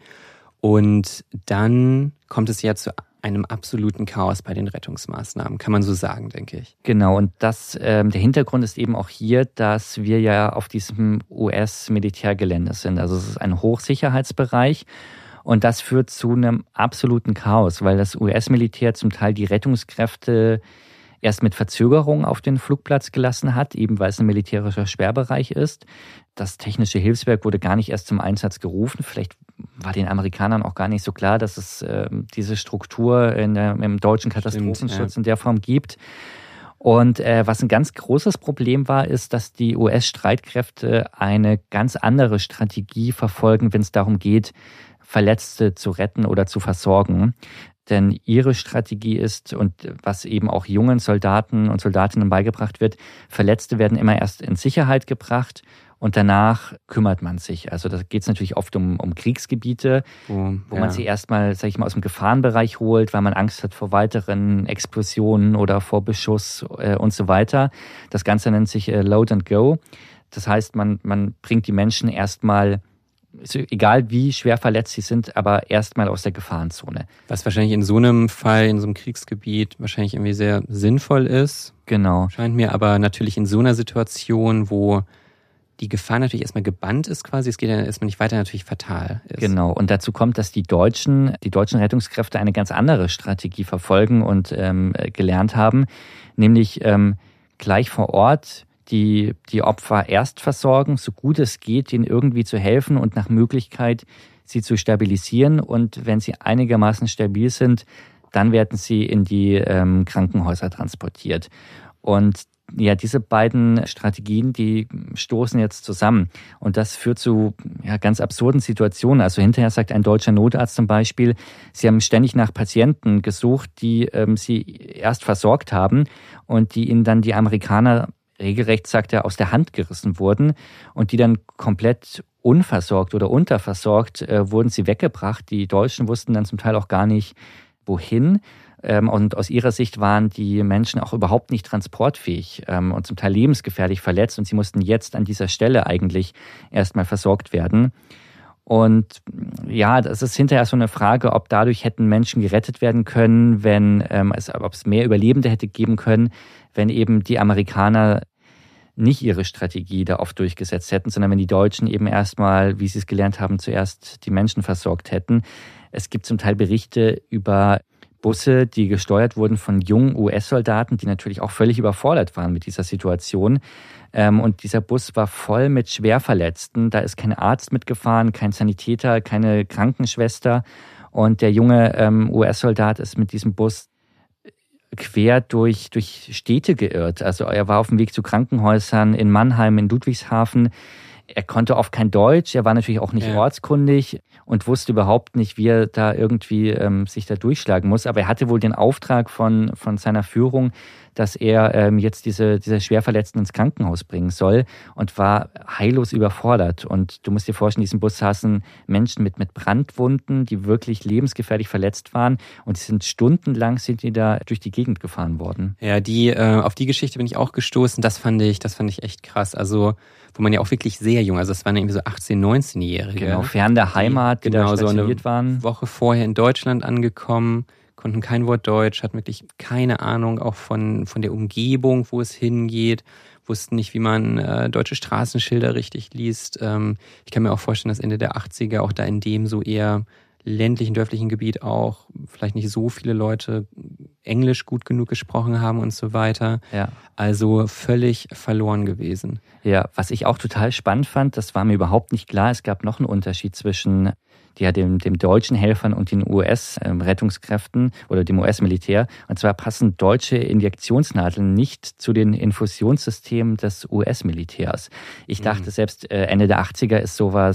Und dann kommt es ja zu einem absoluten Chaos bei den Rettungsmaßnahmen, kann man so sagen, denke ich. Genau, und das, ähm, der Hintergrund ist eben auch hier, dass wir ja auf diesem U S-Militärgelände sind. Also es ist ein Hochsicherheitsbereich und das führt zu einem absoluten Chaos, weil das U S-Militär zum Teil die Rettungskräfte erst mit Verzögerung auf den Flugplatz gelassen hat, eben weil es ein militärischer Sperrbereich ist. Das technische Hilfswerk wurde gar nicht erst zum Einsatz gerufen. Vielleicht war den Amerikanern auch gar nicht so klar, dass es äh, diese Struktur in der, im deutschen Katastrophenschutz Stimmt, ja. in der Form gibt. Und äh, was ein ganz großes Problem war, ist, dass die U S-Streitkräfte eine ganz andere Strategie verfolgen, wenn es darum geht, Verletzte zu retten oder zu versorgen. Denn ihre Strategie ist, und was eben auch jungen Soldaten und Soldatinnen beigebracht wird, Verletzte werden immer erst in Sicherheit gebracht und danach kümmert man sich. Also da geht es natürlich oft um, um Kriegsgebiete, oh, wo ja. man sie erstmal, sag ich mal, aus dem Gefahrenbereich holt, weil man Angst hat vor weiteren Explosionen oder vor Beschuss äh, und so weiter. Das Ganze nennt sich äh, Load and Go. Das heißt, man, man bringt die Menschen erstmal, egal wie schwer verletzt sie sind, aber erstmal aus der Gefahrenzone. Was wahrscheinlich in so einem Fall, in so einem Kriegsgebiet wahrscheinlich irgendwie sehr sinnvoll ist. Genau. Scheint mir aber natürlich in so einer Situation, wo die Gefahr natürlich erstmal gebannt ist quasi, es geht ja erstmal nicht weiter, natürlich fatal ist. Genau, und dazu kommt, dass die Deutschen, die deutschen Rettungskräfte eine ganz andere Strategie verfolgen und ähm, gelernt haben, nämlich ähm, gleich vor Ort die, die Opfer erst versorgen, so gut es geht, ihnen irgendwie zu helfen und nach Möglichkeit sie zu stabilisieren. Und wenn sie einigermaßen stabil sind, dann werden sie in die ähm, Krankenhäuser transportiert. Und ja, diese beiden Strategien, die stoßen jetzt zusammen. Und das führt zu ja, ganz absurden Situationen. Also hinterher sagt ein deutscher Notarzt zum Beispiel, sie haben ständig nach Patienten gesucht, die ähm, sie erst versorgt haben und die ihnen dann die Amerikaner regelrecht, sagt er, aus der Hand gerissen wurden und die dann komplett unversorgt oder unterversorgt äh, wurden sie weggebracht. Die Deutschen wussten dann zum Teil auch gar nicht, wohin. Ähm, und aus ihrer Sicht waren die Menschen auch überhaupt nicht transportfähig ähm, und zum Teil lebensgefährlich verletzt und sie mussten jetzt an dieser Stelle eigentlich erstmal versorgt werden. Und ja, das ist hinterher so eine Frage, ob dadurch hätten Menschen gerettet werden können, wenn ähm, es, ob es mehr Überlebende hätte geben können, wenn eben die Amerikaner nicht ihre Strategie da oft durchgesetzt hätten, sondern wenn die Deutschen eben erstmal, wie sie es gelernt haben, zuerst die Menschen versorgt hätten. Es gibt zum Teil Berichte über Busse, die gesteuert wurden von jungen U S-Soldaten, die natürlich auch völlig überfordert waren mit dieser Situation. Und dieser Bus war voll mit Schwerverletzten. Da ist kein Arzt mitgefahren, kein Sanitäter, keine Krankenschwester. Und der junge ähm, U S-Soldat ist mit diesem Bus quer durch, durch Städte geirrt. Also er war auf dem Weg zu Krankenhäusern in Mannheim, in Ludwigshafen. Er konnte oft kein Deutsch, er war natürlich auch nicht ja. ortskundig und wusste überhaupt nicht, wie er da irgendwie ähm, sich da durchschlagen muss. Aber er hatte wohl den Auftrag von, von seiner Führung, dass er ähm, jetzt diese, diese Schwerverletzten ins Krankenhaus bringen soll und war heillos überfordert. Und du musst dir vorstellen, in diesem Bus saßen Menschen mit, mit Brandwunden, die wirklich lebensgefährlich verletzt waren. Und die sind stundenlang sind die da durch die Gegend gefahren worden. Ja, die äh, auf die Geschichte bin ich auch gestoßen. Das fand ich, das fand ich echt krass. Also wo man ja auch wirklich sehr jung, also das waren irgendwie so achtzehn-, neunzehnjährige. Genau, fern der Heimat, die, die genau, da stationiert so eine waren. Woche vorher in Deutschland angekommen, konnten kein Wort Deutsch, hatten wirklich keine Ahnung auch von, von der Umgebung, wo es hingeht, wussten nicht, wie man äh, deutsche Straßenschilder richtig liest. Ähm, ich kann mir auch vorstellen, dass Ende der achtziger auch da in dem so eher ländlichen, dörflichen Gebiet auch vielleicht nicht so viele Leute Englisch gut genug gesprochen haben und so weiter. Ja. Also völlig verloren gewesen. Ja, was ich auch total spannend fand, das war mir überhaupt nicht klar. Es gab noch einen Unterschied zwischen ja, dem, dem deutschen Helfern und den U S-Rettungskräften oder dem U S-Militär. Und zwar passen deutsche Injektionsnadeln nicht zu den Infusionssystemen des U S-Militärs. Ich dachte, mhm. selbst Ende der achtziger ist sowas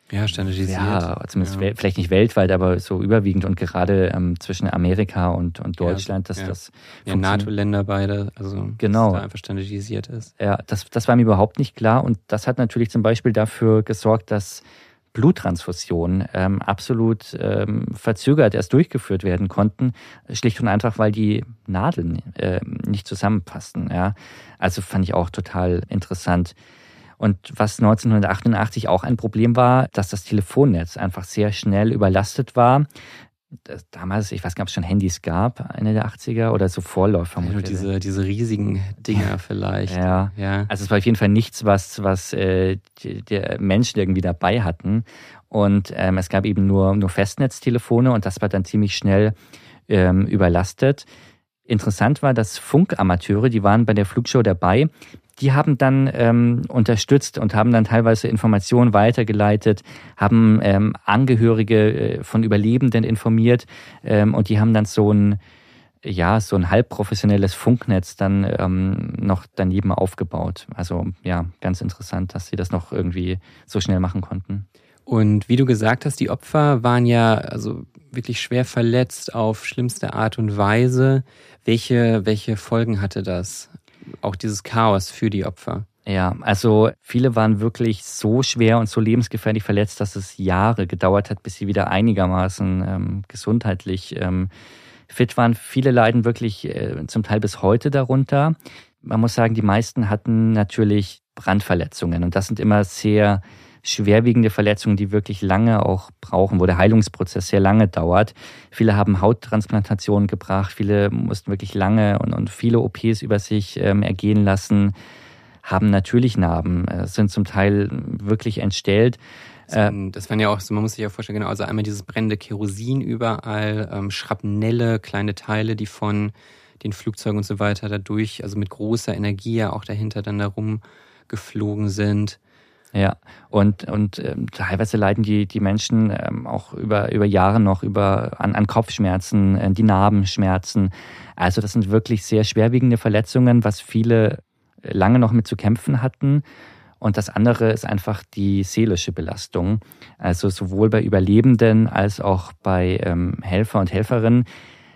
Ja, standardisiert. Ja, zumindest ja. wel- vielleicht nicht weltweit, aber so überwiegend und gerade ähm, zwischen Amerika und, und Deutschland, dass ja. das ja, NATO-Länder beide, also genau. dass da einfach standardisiert ist. Ja, das, das war mir überhaupt nicht klar und das hat natürlich zum Beispiel dafür gesorgt, dass Bluttransfusionen ähm, absolut ähm, verzögert erst durchgeführt werden konnten, schlicht und einfach, weil die Nadeln äh, nicht zusammenpassten. Ja. Also fand ich auch total interessant. Und was neunzehnhundertachtundachtzig auch ein Problem war, dass das Telefonnetz einfach sehr schnell überlastet war. Das, damals, ich weiß gar nicht, ob es schon Handys gab, Ende der achtziger oder so Vorläufer. Ja, diese, diese riesigen Dinger vielleicht. Ja. ja, also es war auf jeden Fall nichts, was, was äh, die, die Menschen irgendwie dabei hatten. Und ähm, es gab eben nur, nur Festnetztelefone und das war dann ziemlich schnell ähm, überlastet. Interessant war, dass Funkamateure, die waren bei der Flugshow dabei, die haben dann ähm, unterstützt und haben dann teilweise Informationen weitergeleitet, haben ähm, Angehörige äh, von Überlebenden informiert ähm, und die haben dann so ein, ja, so ein halbprofessionelles Funknetz dann ähm, noch daneben aufgebaut. Also ja, ganz interessant, dass sie das noch irgendwie so schnell machen konnten. Und wie du gesagt hast, die Opfer waren ja also wirklich schwer verletzt auf schlimmste Art und Weise. Welche, welche Folgen hatte das? Auch dieses Chaos für die Opfer? Ja, also viele waren wirklich so schwer und so lebensgefährlich verletzt, dass es Jahre gedauert hat, bis sie wieder einigermaßen ähm, gesundheitlich ähm, fit waren. Viele leiden wirklich äh, zum Teil bis heute darunter. Man muss sagen, die meisten hatten natürlich Brandverletzungen und das sind immer sehr schwerwiegende Verletzungen, die wirklich lange auch brauchen, wo der Heilungsprozess sehr lange dauert. Viele haben Hauttransplantationen gebracht, viele mussten wirklich lange und, und viele O Ps über sich ähm, ergehen lassen, haben natürlich Narben, äh, sind zum Teil wirklich entstellt. Das, das waren ja auch so, man muss sich ja vorstellen, genau, also einmal dieses brennende Kerosin überall, ähm, Schrapnelle, kleine Teile, die von den Flugzeugen und so weiter dadurch, also mit großer Energie ja auch dahinter dann da rumgeflogen sind. Ja, und, und ähm, teilweise leiden die, die Menschen ähm, auch über, über Jahre noch über, an, an Kopfschmerzen, äh, die Narbenschmerzen. Also das sind wirklich sehr schwerwiegende Verletzungen, was viele lange noch mit zu kämpfen hatten. Und das andere ist einfach die seelische Belastung. Also sowohl bei Überlebenden als auch bei ähm, Helfer und Helferinnen.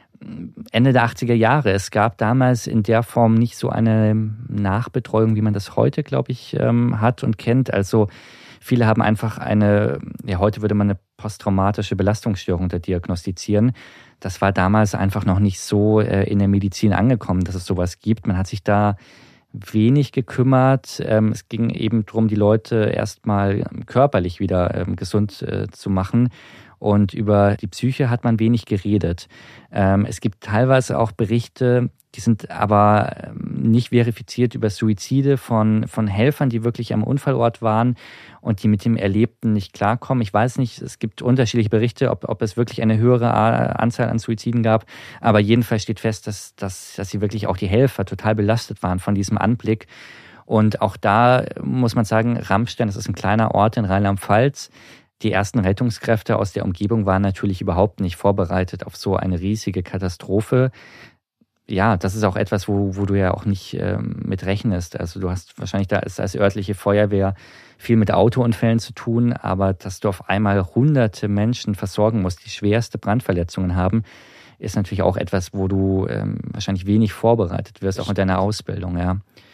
Ende der achtziger Jahre. Es gab damals in der Form nicht so eine Nachbetreuung, wie man das heute, glaube ich, hat und kennt. Also viele haben einfach eine, ja, heute würde man eine posttraumatische Belastungsstörung da diagnostizieren. Das war damals einfach noch nicht so in der Medizin angekommen, dass es sowas gibt. Man hat sich da wenig gekümmert. Es ging eben darum, die Leute erstmal körperlich wieder gesund zu machen. Und über die Psyche hat man wenig geredet. Ähm, es gibt teilweise auch Berichte, die sind aber nicht verifiziert über Suizide von, von Helfern, die wirklich am Unfallort waren und die mit dem Erlebten nicht klarkommen. Ich weiß nicht, es gibt unterschiedliche Berichte, ob, ob es wirklich eine höhere Anzahl an Suiziden gab. Aber jedenfalls steht fest, dass, dass, dass sie wirklich auch die Helfer total belastet waren von diesem Anblick. Und auch da muss man sagen, Rammstein, das ist ein kleiner Ort in Rheinland-Pfalz. Die ersten Rettungskräfte aus der Umgebung waren natürlich überhaupt nicht vorbereitet auf so eine riesige Katastrophe. Ja, das ist auch etwas, wo, wo du ja auch nicht ähm, mit rechnest. Also du hast wahrscheinlich da als, als örtliche Feuerwehr viel mit Autounfällen zu tun, aber dass du auf einmal hunderte Menschen versorgen musst, die schwerste Brandverletzungen haben, ist natürlich auch etwas, wo du ähm, wahrscheinlich wenig vorbereitet wirst, auch in deiner Ausbildung. Ja.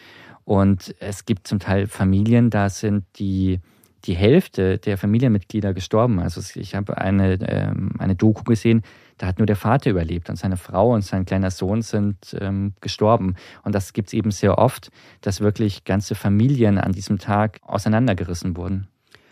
Und es gibt zum Teil Familien, da sind die die Hälfte der Familienmitglieder gestorben. Also ich habe eine, ähm, eine Doku gesehen, da hat nur der Vater überlebt und seine Frau und sein kleiner Sohn sind ähm, gestorben. Und das gibt es eben sehr oft, dass wirklich ganze Familien an diesem Tag auseinandergerissen wurden.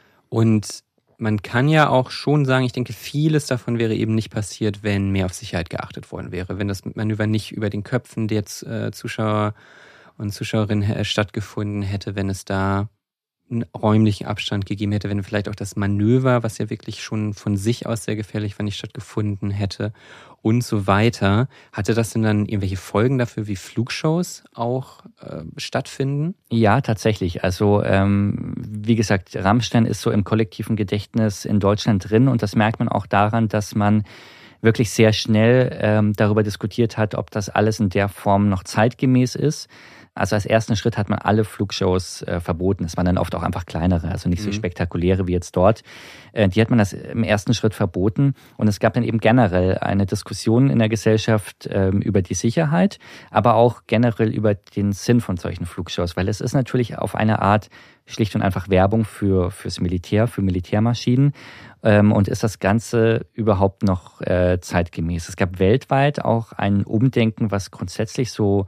Und man kann ja auch schon sagen, ich denke, vieles davon wäre eben nicht passiert, wenn mehr auf Sicherheit geachtet worden wäre. Wenn das Manöver nicht über den Köpfen der äh, Zuschauer und Zuschauerinnen äh, stattgefunden hätte, wenn es da einen räumlichen Abstand gegeben hätte, wenn vielleicht auch das Manöver, was ja wirklich schon von sich aus sehr gefährlich war, nicht stattgefunden hätte und so weiter. Hatte das denn dann irgendwelche Folgen dafür, wie Flugshows auch äh, stattfinden? Ja, tatsächlich. Also ähm, wie gesagt, Rammstein ist so im kollektiven Gedächtnis in Deutschland drin und das merkt man auch daran, dass man wirklich sehr schnell ähm, darüber diskutiert hat, ob das alles in der Form noch zeitgemäß ist. Also als ersten Schritt hat man alle Flugshows äh, verboten. Es waren dann oft auch einfach kleinere, also nicht so mhm. spektakuläre wie jetzt dort. Äh, die hat man das im ersten Schritt verboten. Und es gab dann eben generell eine Diskussion in der Gesellschaft äh, über die Sicherheit, aber auch generell über den Sinn von solchen Flugshows. Weil es ist natürlich auf eine Art schlicht und einfach Werbung für fürs Militär, für Militärmaschinen. Ähm, und ist das Ganze überhaupt noch äh, zeitgemäß? Es gab weltweit auch ein Umdenken, was grundsätzlich so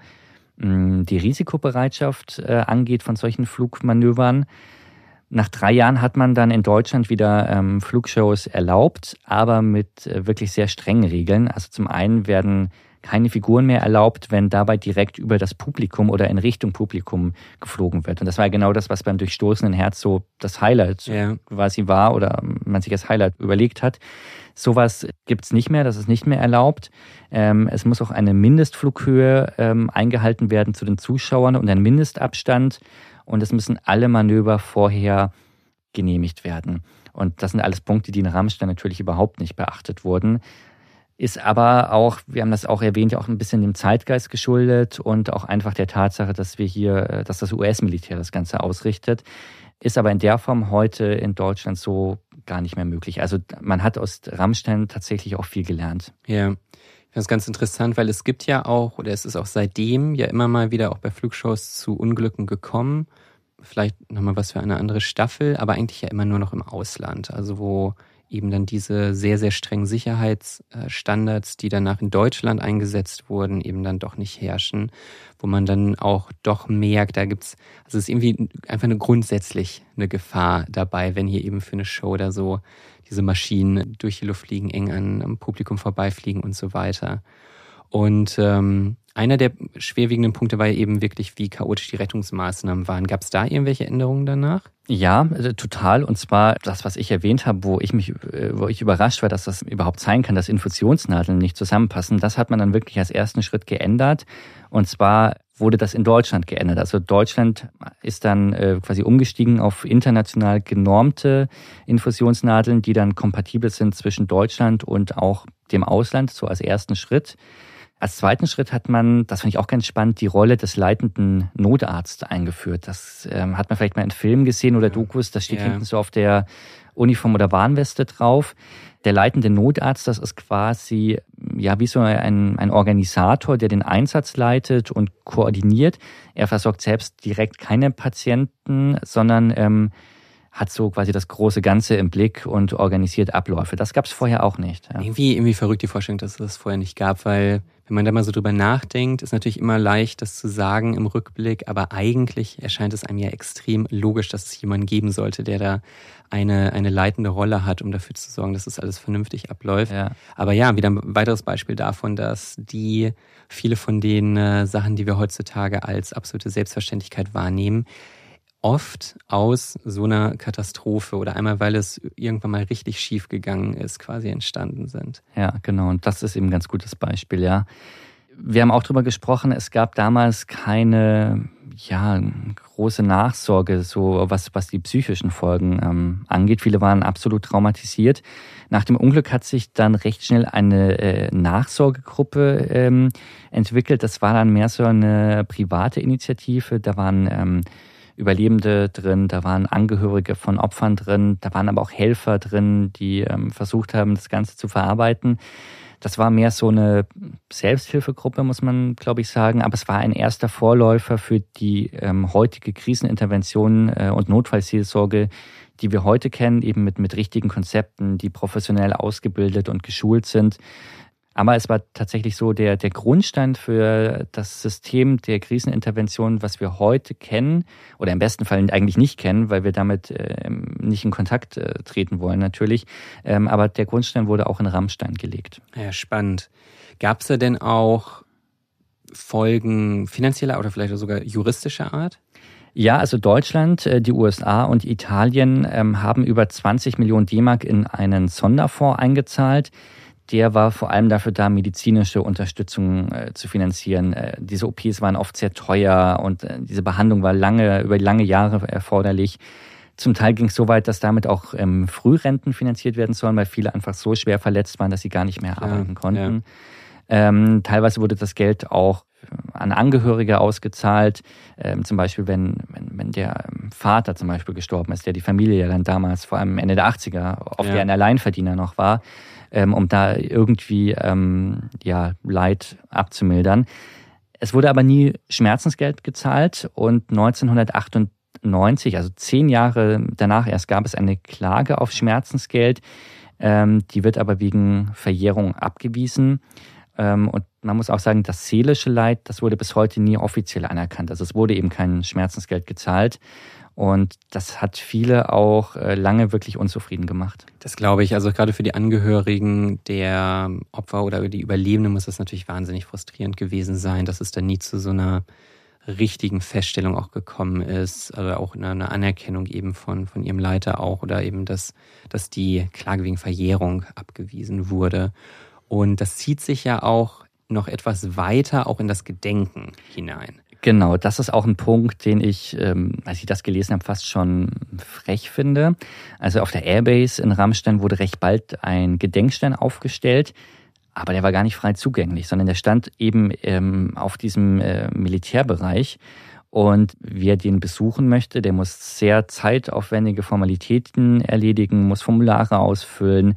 die Risikobereitschaft äh, angeht von solchen Flugmanövern. Nach drei Jahren hat man dann in Deutschland wieder ähm, Flugshows erlaubt, aber mit äh, wirklich sehr strengen Regeln. Also zum einen werden keine Figuren mehr erlaubt, wenn dabei direkt über das Publikum oder in Richtung Publikum geflogen wird. Und das war genau das, was beim durchstoßenen Herz so das Highlight ja. quasi war oder man sich als Highlight überlegt hat. Sowas gibt's nicht mehr, das ist nicht mehr erlaubt. Ähm, es muss auch eine Mindestflughöhe ähm, eingehalten werden zu den Zuschauern und ein Mindestabstand. Und es müssen alle Manöver vorher genehmigt werden. Und das sind alles Punkte, die in Rammstein natürlich überhaupt nicht beachtet wurden. Ist aber auch, wir haben das auch erwähnt, ja auch ein bisschen dem Zeitgeist geschuldet und auch einfach der Tatsache, dass wir hier, dass das U S-Militär das Ganze ausrichtet. Ist aber in der Form heute in Deutschland so gar nicht mehr möglich. Also man hat aus Rammstein tatsächlich auch viel gelernt. Ja, ich finde das ganz interessant, weil es gibt ja auch, oder es ist auch seitdem ja immer mal wieder auch bei Flugshows zu Unglücken gekommen. Vielleicht nochmal was für eine andere Staffel, aber eigentlich ja immer nur noch im Ausland. Also wo eben dann diese sehr, sehr strengen Sicherheitsstandards, die danach in Deutschland eingesetzt wurden, eben dann doch nicht herrschen, wo man dann auch doch merkt, da gibt's, also es ist irgendwie einfach eine grundsätzlich eine Gefahr dabei, wenn hier eben für eine Show da so diese Maschinen durch die Luft fliegen, eng an, am Publikum vorbeifliegen und so weiter. Und ähm, einer der schwerwiegenden Punkte war eben wirklich, wie chaotisch die Rettungsmaßnahmen waren. Gab es da irgendwelche Änderungen danach? Ja, total. Und zwar das, was ich erwähnt habe, wo ich mich, wo ich überrascht war, dass das überhaupt sein kann, dass Infusionsnadeln nicht zusammenpassen. Das hat man dann wirklich als ersten Schritt geändert. Und zwar wurde das in Deutschland geändert. Also Deutschland ist dann äh, quasi umgestiegen auf international genormte Infusionsnadeln, die dann kompatibel sind zwischen Deutschland und auch dem Ausland, so als ersten Schritt. Als zweiten Schritt hat man, das finde ich auch ganz spannend, die Rolle des leitenden Notarztes eingeführt. Das ähm, hat man vielleicht mal in Filmen gesehen oder Dokus, das steht ja hinten so auf der Uniform oder Warnweste drauf. Der leitende Notarzt, das ist quasi ja wie so ein, ein Organisator, der den Einsatz leitet und koordiniert. Er versorgt selbst direkt keine Patienten, sondern ähm, hat so quasi das große Ganze im Blick und organisiert Abläufe. Das gab es vorher auch nicht. Ja. Irgendwie, irgendwie verrückt die Vorstellung, dass es das vorher nicht gab, weil wenn man da mal so drüber nachdenkt, ist natürlich immer leicht, das zu sagen im Rückblick, aber eigentlich erscheint es einem ja extrem logisch, dass es jemanden geben sollte, der da eine, eine leitende Rolle hat, um dafür zu sorgen, dass das alles vernünftig abläuft. Ja. Aber ja, wieder ein weiteres Beispiel davon, dass die viele von den äh, Sachen, die wir heutzutage als absolute Selbstverständlichkeit wahrnehmen, oft aus so einer Katastrophe oder einmal, weil es irgendwann mal richtig schief gegangen ist, quasi entstanden sind. Ja, genau. Und das ist eben ein ganz gutes Beispiel, ja. Wir haben auch drüber gesprochen, es gab damals keine ja, große Nachsorge, so was, was die psychischen Folgen ähm, angeht. Viele waren absolut traumatisiert. Nach dem Unglück hat sich dann recht schnell eine äh, Nachsorgegruppe ähm, entwickelt. Das war dann mehr so eine private Initiative. Da waren ähm, Überlebende drin, da waren Angehörige von Opfern drin, da waren aber auch Helfer drin, die ähm, versucht haben, das Ganze zu verarbeiten. Das war mehr so eine Selbsthilfegruppe, muss man, glaube ich, sagen. Aber es war ein erster Vorläufer für die ähm, heutige Krisenintervention äh, und Notfallseelsorge, die wir heute kennen, eben mit, mit richtigen Konzepten, die professionell ausgebildet und geschult sind. Aber es war tatsächlich so, der, der Grundstein für das System der Krisenintervention, was wir heute kennen, oder im besten Fall eigentlich nicht kennen, weil wir damit äh, nicht in Kontakt äh, treten wollen natürlich. Ähm, aber der Grundstein wurde auch in Rammstein gelegt. Ja, spannend. Gab es da denn auch Folgen finanzieller oder vielleicht sogar juristischer Art? Ja, also Deutschland, die U S A und Italien ähm, haben über zwanzig Millionen D-Mark in einen Sonderfonds eingezahlt. Der war vor allem dafür da, medizinische Unterstützung äh, zu finanzieren. Äh, diese O Ps waren oft sehr teuer und äh, diese Behandlung war lange, über lange Jahre erforderlich. Zum Teil ging es so weit, dass damit auch ähm, Frührenten finanziert werden sollen, weil viele einfach so schwer verletzt waren, dass sie gar nicht mehr arbeiten ja, konnten. Ja. Ähm, teilweise wurde das Geld auch an Angehörige ausgezahlt. Ähm, zum Beispiel, wenn, wenn, wenn der Vater zum Beispiel gestorben ist, der die Familie ja dann damals, vor allem Ende der achtziger, oft ja ein Alleinverdiener noch war, ähm, um da irgendwie ähm, ja, Leid abzumildern. Es wurde aber nie Schmerzensgeld gezahlt und neunzehnhundertachtundneunzig, also zehn Jahre danach erst, gab es eine Klage auf Schmerzensgeld. Ähm, die wird aber wegen Verjährung abgewiesen. Ähm, und man muss auch sagen, das seelische Leid, das wurde bis heute nie offiziell anerkannt. Also es wurde eben kein Schmerzensgeld gezahlt. Und das hat viele auch äh, lange wirklich unzufrieden gemacht. Das glaube ich. Also gerade für die Angehörigen der Opfer oder die Überlebenden muss das natürlich wahnsinnig frustrierend gewesen sein, dass es dann nie zu so einer richtigen Feststellung auch gekommen ist, also auch eine Anerkennung eben von, von ihrem Leiter auch oder eben, dass, dass die Klage wegen Verjährung abgewiesen wurde. Und das zieht sich ja auch noch etwas weiter auch in das Gedenken hinein. Genau, das ist auch ein Punkt, den ich, ähm, als ich das gelesen habe, fast schon frech finde. Also auf der Airbase in Ramstein wurde recht bald ein Gedenkstein aufgestellt, aber der war gar nicht frei zugänglich, sondern der stand eben ähm, auf diesem äh, Militärbereich. Und wer den besuchen möchte, der muss sehr zeitaufwendige Formalitäten erledigen, muss Formulare ausfüllen.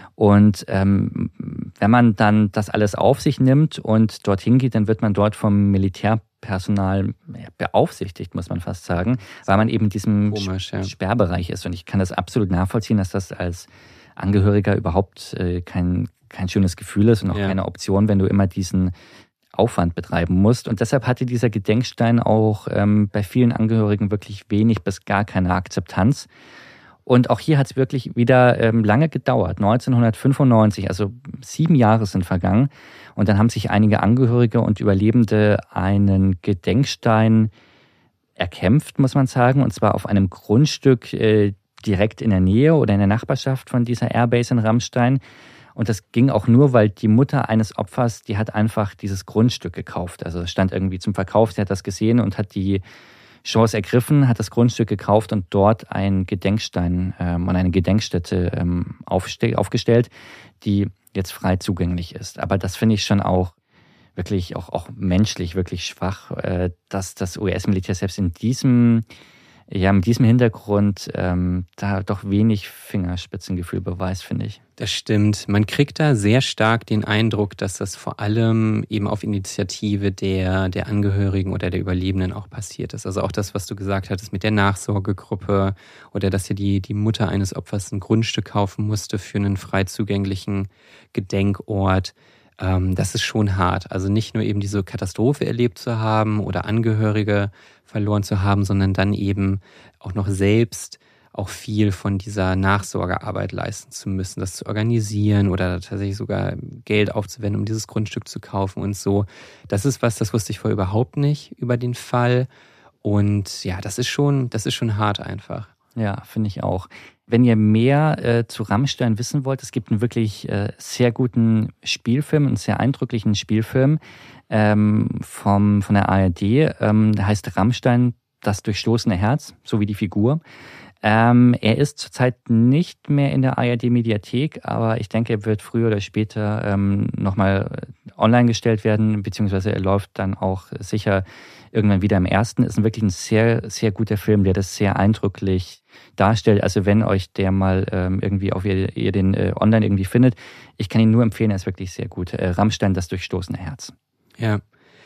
Und ähm, wenn man dann das alles auf sich nimmt und dorthin geht, dann wird man dort vom Militärpersonal beaufsichtigt, muss man fast sagen, weil man eben in diesem Komisch, ja. Sperrbereich ist. Und ich kann das absolut nachvollziehen, dass das als Angehöriger überhaupt äh, kein kein schönes Gefühl ist und auch ja. keine Option, wenn du immer diesen Aufwand betreiben musst. Und deshalb hatte dieser Gedenkstein auch ähm, bei vielen Angehörigen wirklich wenig bis gar keine Akzeptanz. Und auch hier hat es wirklich wieder ähm, lange gedauert. neunzehnhundertfünfundneunzig, also sieben Jahre sind vergangen. Und dann haben sich einige Angehörige und Überlebende einen Gedenkstein erkämpft, muss man sagen. Und zwar auf einem Grundstück äh, direkt in der Nähe oder in der Nachbarschaft von dieser Airbase in Ramstein. Und das ging auch nur, weil die Mutter eines Opfers, die hat einfach dieses Grundstück gekauft. Also es stand irgendwie zum Verkauf, sie hat das gesehen und hat die Chance ergriffen, hat das Grundstück gekauft und dort einen Gedenkstein ähm, und eine Gedenkstätte ähm, aufste- aufgestellt, die jetzt frei zugänglich ist. Aber das finde ich schon auch wirklich, auch, auch menschlich wirklich schwach, äh, dass das U S-Militär selbst in diesem Ja, mit diesem Hintergrund ähm, da doch wenig Fingerspitzengefühl beweist, finde ich. Das stimmt. Man kriegt da sehr stark den Eindruck, dass das vor allem eben auf Initiative der, der Angehörigen oder der Überlebenden auch passiert ist. Also auch das, was du gesagt hattest mit der Nachsorgegruppe oder dass ja die, die Mutter eines Opfers ein Grundstück kaufen musste für einen frei zugänglichen Gedenkort. Das ist schon hart. Also nicht nur eben diese Katastrophe erlebt zu haben oder Angehörige verloren zu haben, sondern dann eben auch noch selbst auch viel von dieser Nachsorgearbeit leisten zu müssen, das zu organisieren oder tatsächlich sogar Geld aufzuwenden, um dieses Grundstück zu kaufen und so. Das ist was, das wusste ich vorher überhaupt nicht über den Fall. Und ja, das ist schon, das ist schon hart einfach. Ja, finde ich auch. Wenn ihr mehr äh, zu Ramstein wissen wollt, es gibt einen wirklich äh, sehr guten Spielfilm, einen sehr eindrücklichen Spielfilm ähm, vom, von der A R D. Ähm, der heißt Ramstein, das durchstoßene Herz, so wie die Figur. Ähm, er ist zurzeit nicht mehr in der A R D-Mediathek, aber ich denke, er wird früher oder später ähm, nochmal online gestellt werden, beziehungsweise er läuft dann auch sicher irgendwann wieder im ersten. Ist wirklich ein sehr, sehr guter Film, der das sehr eindrücklich darstellt. Also wenn euch der mal ähm, irgendwie auf ihr, ihr den äh, online irgendwie findet, ich kann ihn nur empfehlen, er ist wirklich sehr gut. Äh, Ramstein, das durchstoßene Herz. Ja,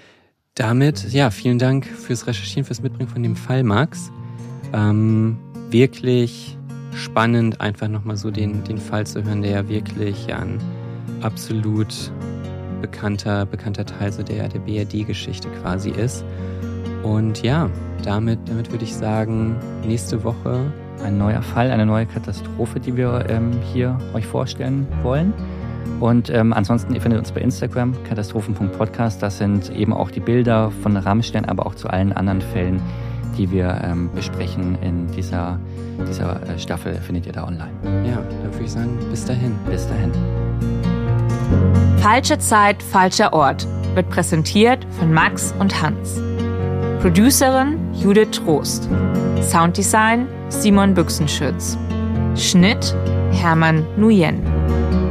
damit, ja, vielen Dank fürs Recherchieren, fürs Mitbringen von dem Fall, Max. Ähm, wirklich spannend, einfach nochmal so den, den Fall zu hören, der ja wirklich ja, ein absolut bekannter, bekannter Teil so der, der B R D-Geschichte quasi ist. Und ja, damit, damit würde ich sagen, nächste Woche ein neuer Fall, eine neue Katastrophe, die wir ähm, hier euch vorstellen wollen. Und ähm, ansonsten, ihr findet uns bei Instagram, katastrophen punkt podcast. Das sind eben auch die Bilder von Ramstein, aber auch zu allen anderen Fällen, die wir ähm, besprechen in dieser, dieser äh, Staffel, findet ihr da online. Ja, dann würde ich sagen, bis dahin. Bis dahin. Falsche Zeit, falscher Ort wird präsentiert von Max und Hans. Producerin Judith Trost. Sounddesign Simon Büchsenschütz. Schnitt Hermann Nguyen.